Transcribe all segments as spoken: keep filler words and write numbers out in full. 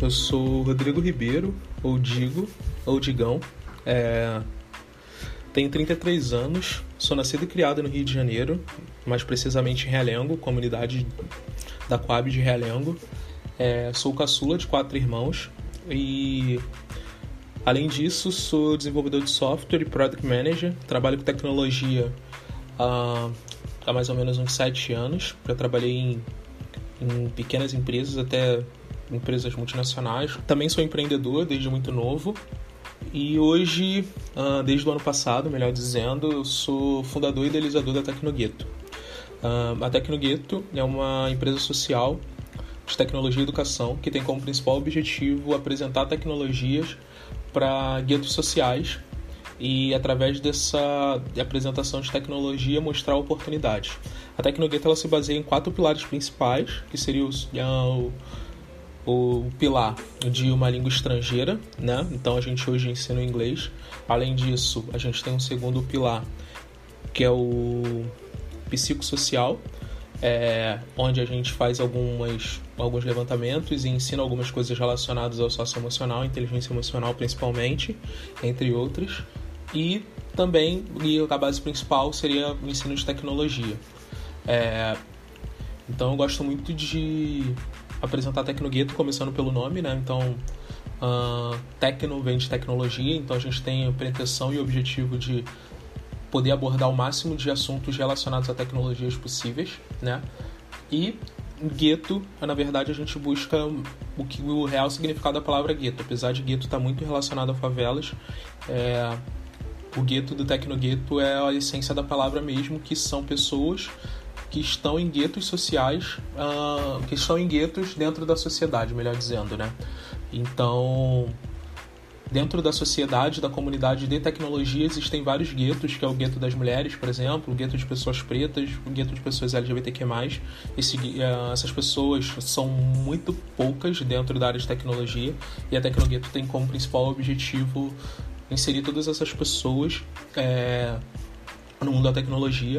Eu sou Rodrigo Ribeiro, ou Digo, ou Digão. É... Tenho trinta e três anos, sou nascido e criado no Rio de Janeiro, mais precisamente em Realengo, comunidade da Coab de Realengo. É... Sou caçula de quatro irmãos e, além disso, sou desenvolvedor de software e product manager. Trabalho com tecnologia há, há mais ou menos uns sete anos. Já trabalhei em, em pequenas empresas até empresas multinacionais. Também sou empreendedor desde muito novo. E hoje, desde o ano passado, melhor dizendo, eu sou fundador e idealizador da Tecnogueto. A Tecnogueto é uma empresa social de tecnologia e educação que tem como principal objetivo apresentar tecnologias para guetos sociais e, através dessa apresentação de tecnologia, mostrar oportunidades. A Tecnogueto ela se baseia em quatro pilares principais, que seria o, o pilar de uma língua estrangeira, né? Então a gente hoje ensina o inglês. Além disso, a gente tem um segundo pilar, que é o psicossocial, é, onde a gente faz algumas, alguns levantamentos e ensina algumas coisas relacionadas ao socioemocional, inteligência emocional principalmente, entre outras. E também, e a base principal seria o ensino de tecnologia. É, então eu gosto muito de apresentar a Tecnogueto, começando pelo nome, né? Então, uh, Tecno vem de tecnologia, então a gente tem a pretensão e o objetivo de poder abordar o máximo de assuntos relacionados a tecnologias possíveis, né? E gueto, na verdade, a gente busca o, que, o real significado da palavra gueto. Apesar de gueto estar muito relacionado a favelas, é, o gueto do Tecnogueto é a essência da palavra mesmo, que são pessoas que estão em guetos sociais, uh, que estão em guetos dentro da sociedade, melhor dizendo, né? Então, dentro da sociedade, da comunidade de tecnologia, existem vários guetos, que é o gueto das mulheres, por exemplo, o gueto de pessoas pretas, o gueto de pessoas L G B T Q mais. Esse, uh, essas pessoas são muito poucas dentro da área de tecnologia, e a Tecnogueto tem como principal objetivo inserir todas essas pessoas é, no mundo da tecnologia.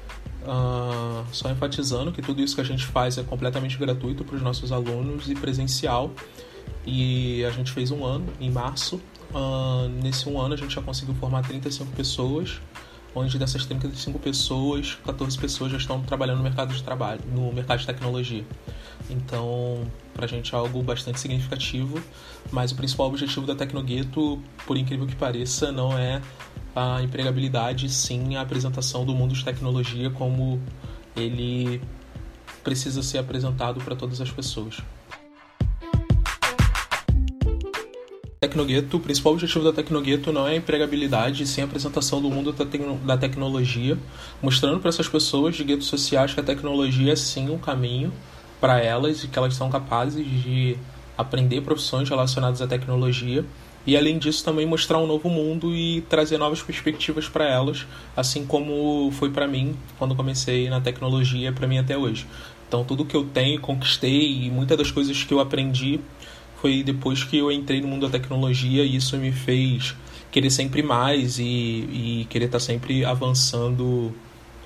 Uh, só enfatizando que tudo isso que a gente faz é completamente gratuito para os nossos alunos e presencial, e a gente fez um ano em março. Uh, nesse um ano a gente já conseguiu formar trinta e cinco pessoas, onde dessas trinta e cinco pessoas, quatorze pessoas já estão trabalhando no mercado de trabalho, no mercado de tecnologia. Então, pra gente é algo bastante significativo, mas o principal objetivo da Tecnogueto, por incrível que pareça, não é a empregabilidade, sim a apresentação do mundo de tecnologia como ele precisa ser apresentado para todas as pessoas. Tecnogueto, o principal objetivo da Tecnogueto não é a empregabilidade, sim a apresentação do mundo da, tecno, da tecnologia, mostrando para essas pessoas de guetos sociais que a tecnologia é sim um caminho para elas e que elas são capazes de aprender profissões relacionadas à tecnologia. E, além disso, também mostrar um novo mundo e trazer novas perspectivas para elas, assim como foi para mim quando comecei na tecnologia, para mim até hoje. Então, tudo que eu tenho, conquistei, e muitas das coisas que eu aprendi foi depois que eu entrei no mundo da tecnologia, e isso me fez querer sempre mais e, e querer estar sempre avançando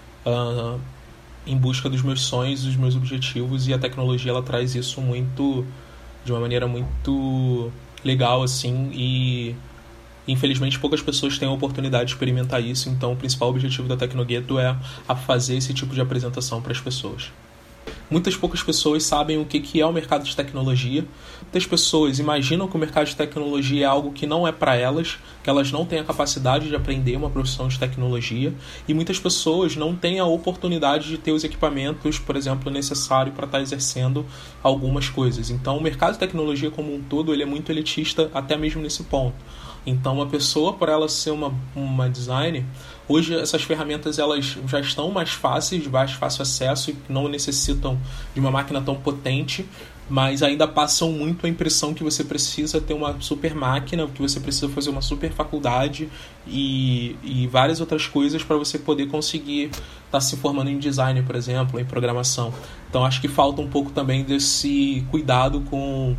uh, em busca dos meus sonhos, dos meus objetivos, e a tecnologia ela traz isso muito, de uma maneira muito legal, assim, e infelizmente poucas pessoas têm a oportunidade de experimentar isso. Então o principal objetivo da Tecnogueto é a fazer esse tipo de apresentação para as pessoas. Muitas poucas pessoas sabem o que é o mercado de tecnologia. Muitas pessoas imaginam que o mercado de tecnologia é algo que não é para elas, que elas não têm a capacidade de aprender uma profissão de tecnologia, e muitas pessoas não têm a oportunidade de ter os equipamentos, por exemplo, necessários para estar exercendo algumas coisas. Então o mercado de tecnologia como um todo ele é muito elitista, até mesmo nesse ponto. Então uma pessoa, por ela ser uma, uma designer, hoje essas ferramentas elas já estão mais fáceis, de mais fácil acesso, e não necessitam de uma máquina tão potente, mas ainda passam muito a impressão que você precisa ter uma super máquina, que você precisa fazer uma super faculdade e, e várias outras coisas para você poder conseguir estar se formando em design, por exemplo, em programação. Então acho que falta um pouco também desse cuidado com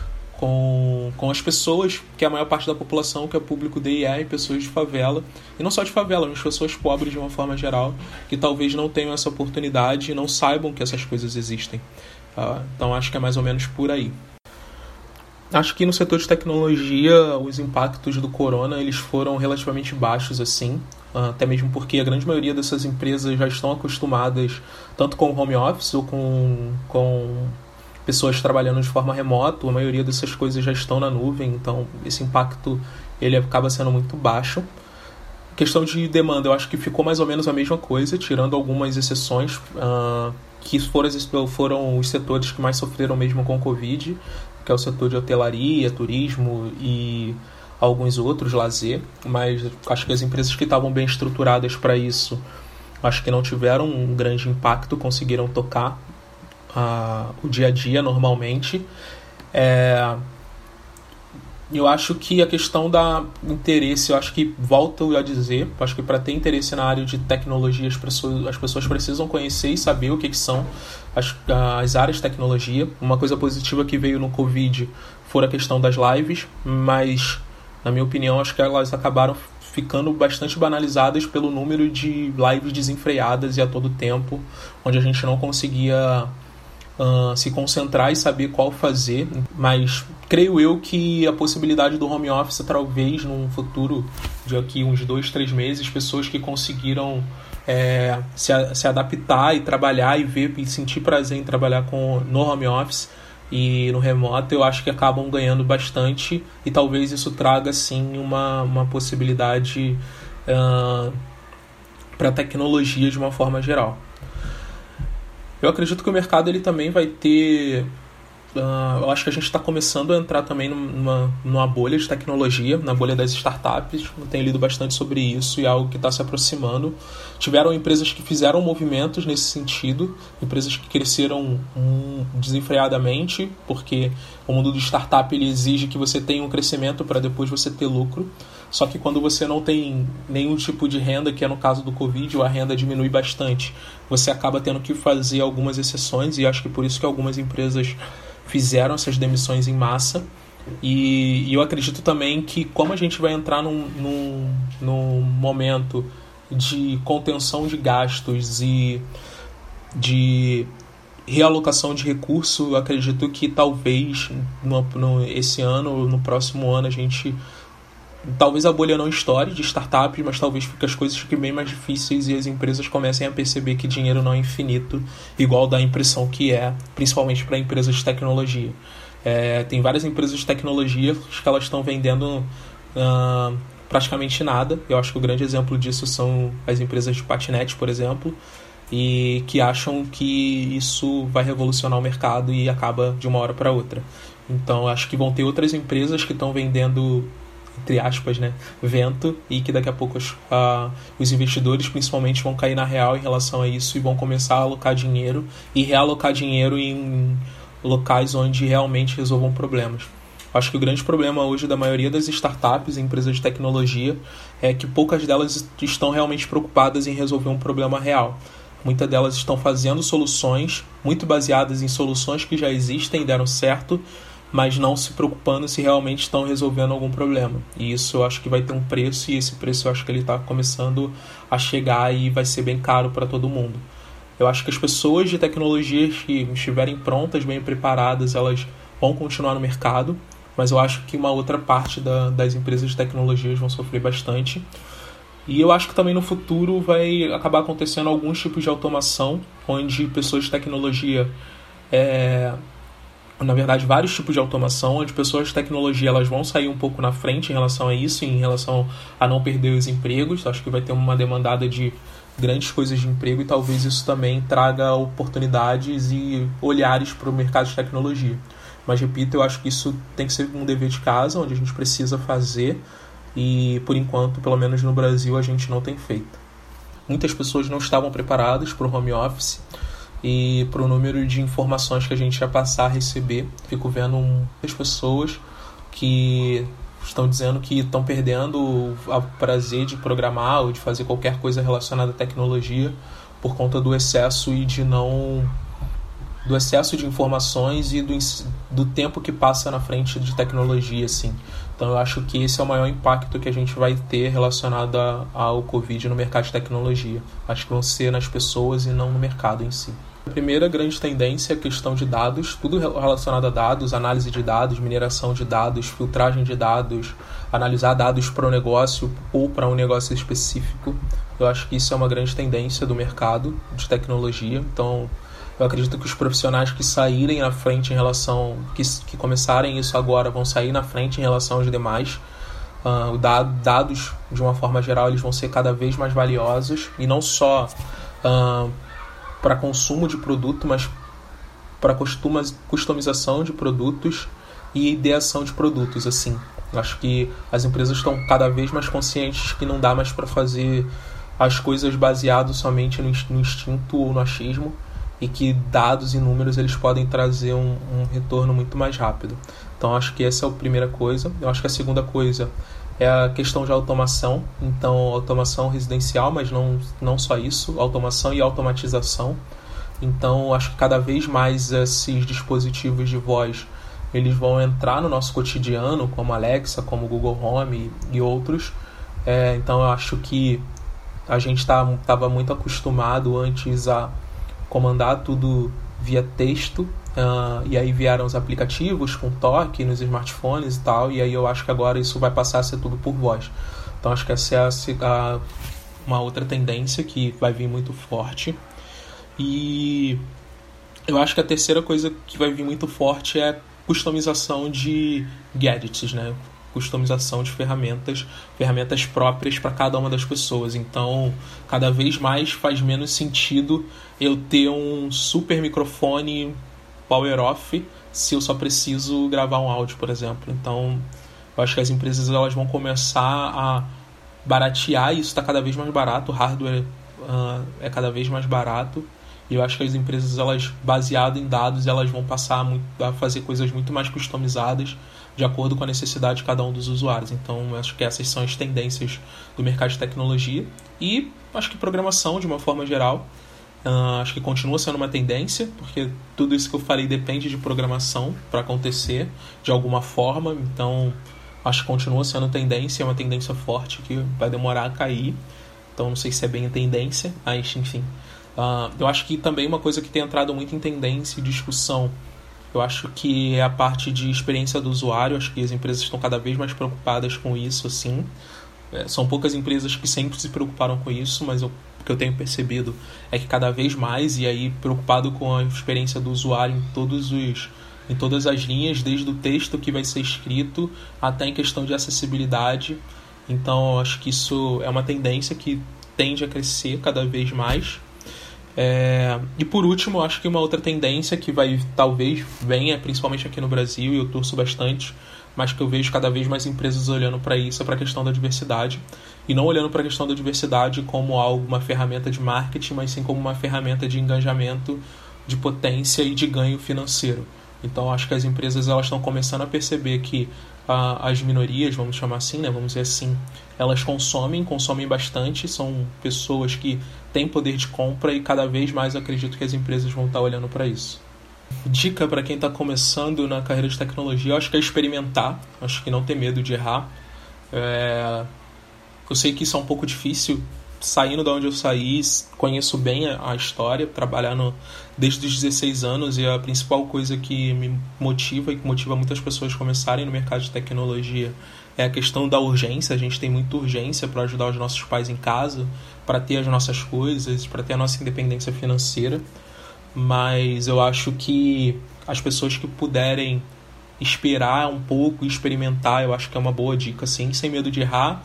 Com, com as pessoas, que é a maior parte da população, que é público D e E, pessoas de favela, e não só de favela, mas pessoas pobres de uma forma geral, que talvez não tenham essa oportunidade e não saibam que essas coisas existem. Uh, então acho que é mais ou menos por aí. Acho que no setor de tecnologia, os impactos do corona eles foram relativamente baixos, assim, até mesmo porque a grande maioria dessas empresas já estão acostumadas tanto com home office ou com, com pessoas trabalhando de forma remota. A maioria dessas coisas já estão na nuvem, então esse impacto ele acaba sendo muito baixo. Questão de demanda, eu acho que ficou mais ou menos a mesma coisa, tirando algumas exceções, uh, que foram, foram os setores que mais sofreram mesmo com o Covid, que é o setor de hotelaria, turismo e alguns outros, lazer. Mas acho que as empresas que estavam bem estruturadas para isso, acho que não tiveram um grande impacto, conseguiram tocar uh, o dia a dia normalmente. É... Eu acho que a questão da interesse, eu acho que, volto a dizer, acho que para ter interesse na área de tecnologia, as pessoas, as pessoas precisam conhecer e saber o que, que são as, as áreas de tecnologia. Uma coisa positiva que veio no Covid foi a questão das lives, mas, na minha opinião, acho que elas acabaram ficando bastante banalizadas pelo número de lives desenfreadas e a todo tempo, onde a gente não conseguia uh, se concentrar e saber qual fazer. Mas creio eu que a possibilidade do home office, talvez num futuro de aqui uns dois, três meses, pessoas que conseguiram é, se, a, se adaptar e trabalhar e ver e sentir prazer em trabalhar com, no home office e no remoto, eu acho que acabam ganhando bastante, e talvez isso traga sim uma, uma possibilidade uh, para a tecnologia de uma forma geral. Eu acredito que o mercado ele também vai ter... Uh, eu acho que a gente está começando a entrar também numa, numa bolha de tecnologia, na bolha das startups. Eu tenho lido bastante sobre isso e é algo que está se aproximando. Tiveram empresas que fizeram movimentos nesse sentido, empresas que cresceram um, desenfreadamente, porque o mundo do startup ele exige que você tenha um crescimento para depois você ter lucro. Só que quando você não tem nenhum tipo de renda, que é no caso do Covid, ou a renda diminui bastante, você acaba tendo que fazer algumas exceções, e acho que por isso que algumas empresas fizeram essas demissões em massa. E, e eu acredito também que, como a gente vai entrar num, num, num momento de contenção de gastos e de realocação de recursos, eu acredito que talvez no, no, esse ano ou no próximo ano a gente... Talvez a bolha não estoure de startups, mas talvez fique, as coisas fiquem bem mais difíceis e as empresas comecem a perceber que dinheiro não é infinito, igual dá a impressão que é, principalmente para empresas de tecnologia. É, tem várias empresas de tecnologia que elas estão vendendo uh, praticamente nada. Eu acho que o grande exemplo disso são as empresas de patinete, por exemplo, e que acham que isso vai revolucionar o mercado e acaba de uma hora para outra. Então, acho que vão ter outras empresas que estão vendendo, entre aspas, né, vento, e que daqui a pouco os, uh, os investidores principalmente vão cair na real em relação a isso e vão começar a alocar dinheiro e realocar dinheiro em locais onde realmente resolvam problemas. Acho que o grande problema hoje da maioria das startups e empresas de tecnologia é que poucas delas estão realmente preocupadas em resolver um problema real. Muitas delas estão fazendo soluções muito baseadas em soluções que já existem e deram certo, mas não se preocupando se realmente estão resolvendo algum problema. E isso eu acho que vai ter um preço, e esse preço eu acho que ele está começando a chegar e vai ser bem caro para todo mundo. Eu acho que as pessoas de tecnologia que estiverem prontas, bem preparadas, elas vão continuar no mercado, mas eu acho que uma outra parte da, das empresas de tecnologias vão sofrer bastante. E eu acho que também no futuro vai acabar acontecendo alguns tipos de automação, onde pessoas de tecnologia... É, na verdade, vários tipos de automação, onde pessoas de tecnologia elas vão sair um pouco na frente em relação a isso, em relação a não perder os empregos. Acho que vai ter uma demandada de grandes coisas de emprego, e talvez isso também traga oportunidades e olhares para o mercado de tecnologia. Mas, repito, eu acho que isso tem que ser um dever de casa, onde a gente precisa fazer, e, por enquanto, pelo menos no Brasil, a gente não tem feito. Muitas pessoas não estavam preparadas para o home office, e para o número de informações que a gente ia passar a receber. Fico vendo muitas pessoas que estão dizendo que estão perdendo o prazer de programar ou de fazer qualquer coisa relacionada à tecnologia por conta do excesso e de não do excesso de informações e do, do tempo que passa na frente de tecnologia, assim. Então eu acho que esse é o maior impacto que a gente vai ter relacionado a, ao Covid no mercado de tecnologia. Acho que vão ser nas pessoas e não no mercado em si. A primeira grande tendência é a questão de dados, tudo relacionado a dados, análise de dados, mineração de dados, filtragem de dados, analisar dados para o negócio ou para um negócio específico. Eu acho que isso é uma grande tendência do mercado de tecnologia. Então, eu acredito que os profissionais que saírem na frente em relação, que, que começarem isso agora, vão sair na frente em relação aos demais. Uh, dados, de uma forma geral, eles vão ser cada vez mais valiosos, e não só uh, para consumo de produto, mas para customização de produtos e ideação de produtos. Assim, acho que as empresas estão cada vez mais conscientes que não dá mais para fazer as coisas baseado somente no instinto ou no achismo, e que dados e números eles podem trazer um, um retorno muito mais rápido. Então acho que essa é a primeira coisa. Eu acho que a segunda coisa é a questão de automação. Então, automação residencial, mas não, não só isso, automação e automatização. Então, acho que cada vez mais esses dispositivos de voz eles vão entrar no nosso cotidiano, como Alexa, como Google Home e, e outros. É, então, eu acho que a gente estava tá, muito acostumado antes a comandar tudo via texto, Uh, e aí vieram os aplicativos com toque nos smartphones e tal, e aí eu acho que agora isso vai passar a ser tudo por voz. Então acho que essa é a, a, uma outra tendência que vai vir muito forte. E eu acho que a terceira coisa que vai vir muito forte é a customização de gadgets, né? Customização de ferramentas, ferramentas próprias para cada uma das pessoas. Então, cada vez mais faz menos sentido eu ter um super microfone power off se eu só preciso gravar um áudio, por exemplo. Então, eu acho que as empresas elas vão começar a baratear, e isso está cada vez mais barato, o hardware uh, é cada vez mais barato, e eu acho que as empresas, elas, baseado em dados, elas vão passar a, muito, a fazer coisas muito mais customizadas de acordo com a necessidade de cada um dos usuários. Então, eu acho que essas são as tendências do mercado de tecnologia. E acho que programação, de uma forma geral, Uh, acho que continua sendo uma tendência, porque tudo isso que eu falei depende de programação para acontecer de alguma forma. Então acho que continua sendo tendência, é uma tendência forte que vai demorar a cair. Então não sei se é bem a tendência, mas enfim. Uh, eu acho que também uma coisa que tem entrado muito em tendência e discussão, eu acho que é a parte de experiência do usuário. Acho que as empresas estão cada vez mais preocupadas com isso, assim. É, são poucas empresas que sempre se preocuparam com isso, mas eu que eu tenho percebido é que cada vez mais, e aí preocupado com a experiência do usuário em todos os em todas as linhas, desde o texto que vai ser escrito até em questão de acessibilidade. Então acho que isso é uma tendência que tende a crescer cada vez mais. É... E por último, acho que uma outra tendência que vai talvez venha, principalmente aqui no Brasil, e eu torço bastante, mas que eu vejo cada vez mais empresas olhando para isso, é para a questão da diversidade. E não olhando para a questão da diversidade como algo, uma ferramenta de marketing, mas sim como uma ferramenta de engajamento, de potência e de ganho financeiro. Então acho que as empresas elas estão começando a perceber que uh, as minorias, vamos chamar assim, né, vamos dizer assim, elas consomem, consomem bastante, são pessoas que têm poder de compra, e cada vez mais acredito que as empresas vão estar olhando para isso. Dica para quem está começando na carreira de tecnologia, eu acho que é experimentar, acho que não ter medo de errar. É... Eu sei que isso é um pouco difícil, saindo de onde eu saí, conheço bem a história, trabalhando desde os dezesseis anos, e a principal coisa que me motiva e que motiva muitas pessoas a começarem no mercado de tecnologia é a questão da urgência. A gente tem muita urgência para ajudar os nossos pais em casa, para ter as nossas coisas, para ter a nossa independência financeira, mas eu acho que as pessoas que puderem esperar um pouco e experimentar, eu acho que é uma boa dica, sim, sem medo de errar,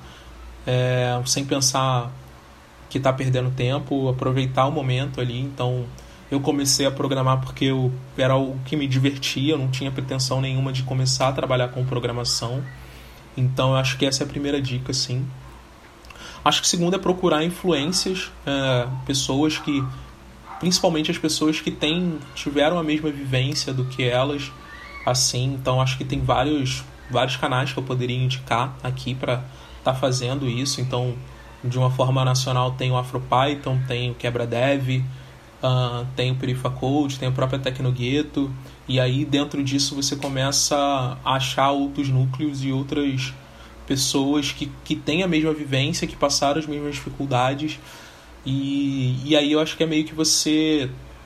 é, sem pensar que está perdendo tempo, aproveitar o momento ali. Então eu comecei a programar porque eu, era o que me divertia, eu não tinha pretensão nenhuma de começar a trabalhar com programação. Então eu acho que essa é a primeira dica, sim. Acho que a segunda é procurar influências, é, pessoas que, principalmente as pessoas que têm, tiveram a mesma vivência do que elas, assim. Então acho que tem vários, vários canais que eu poderia indicar aqui para estar tá fazendo isso. Então, de uma forma nacional, tem o AfroPython, tem o QuebraDev, uh, tem o PerifaCode, tem a própria Tecnogueto, e aí dentro disso você começa a achar outros núcleos e outras pessoas que, que têm a mesma vivência, que passaram as mesmas dificuldades, e, e aí eu acho que é meio que você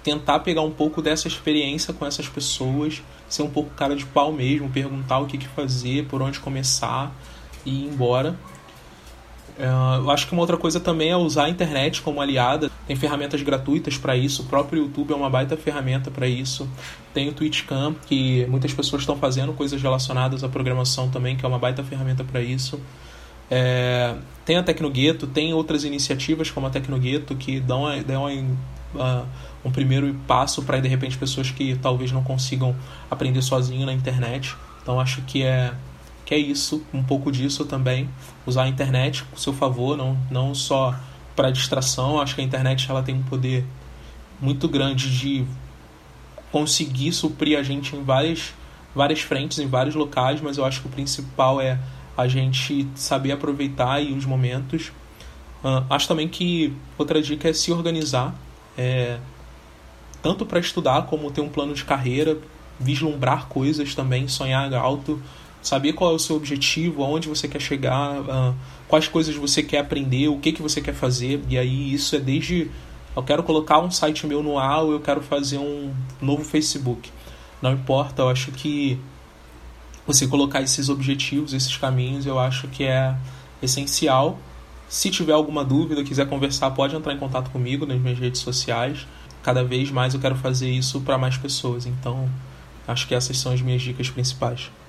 tentar pegar um pouco dessa experiência com essas pessoas, ser um pouco cara de pau mesmo, perguntar o que, que fazer, por onde começar e ir embora. Uh, eu acho que uma outra coisa também é usar a internet como aliada. Tem ferramentas gratuitas para isso. O próprio YouTube é uma baita ferramenta para isso. Tem o TwitchCam, que muitas pessoas estão fazendo coisas relacionadas à programação também, que é uma baita ferramenta para isso. É, tem a Tecnogueto, tem outras iniciativas como a Tecnogueto que dão, a, dão a, a, um primeiro passo para, de repente, pessoas que talvez não consigam aprender sozinho na internet. Então acho que é que é isso, um pouco disso também, usar a internet com seu favor, não, não só para distração. Acho que a internet ela tem um poder muito grande de conseguir suprir a gente em várias, várias frentes, em vários locais, mas eu acho que o principal é a gente saber aproveitar aí os momentos. Uh, acho também que outra dica é se organizar, é, tanto para estudar como ter um plano de carreira, vislumbrar coisas também, sonhar alto, saber qual é o seu objetivo, aonde você quer chegar, uh, quais coisas você quer aprender, o que, que você quer fazer. E aí isso é desde eu quero colocar um site meu no ar ou eu quero fazer um novo Facebook. Não importa, eu acho que você colocar esses objetivos, esses caminhos, eu acho que é essencial. Se tiver alguma dúvida, quiser conversar, pode entrar em contato comigo nas minhas redes sociais. Cada vez mais eu quero fazer isso para mais pessoas. Então, acho que essas são as minhas dicas principais.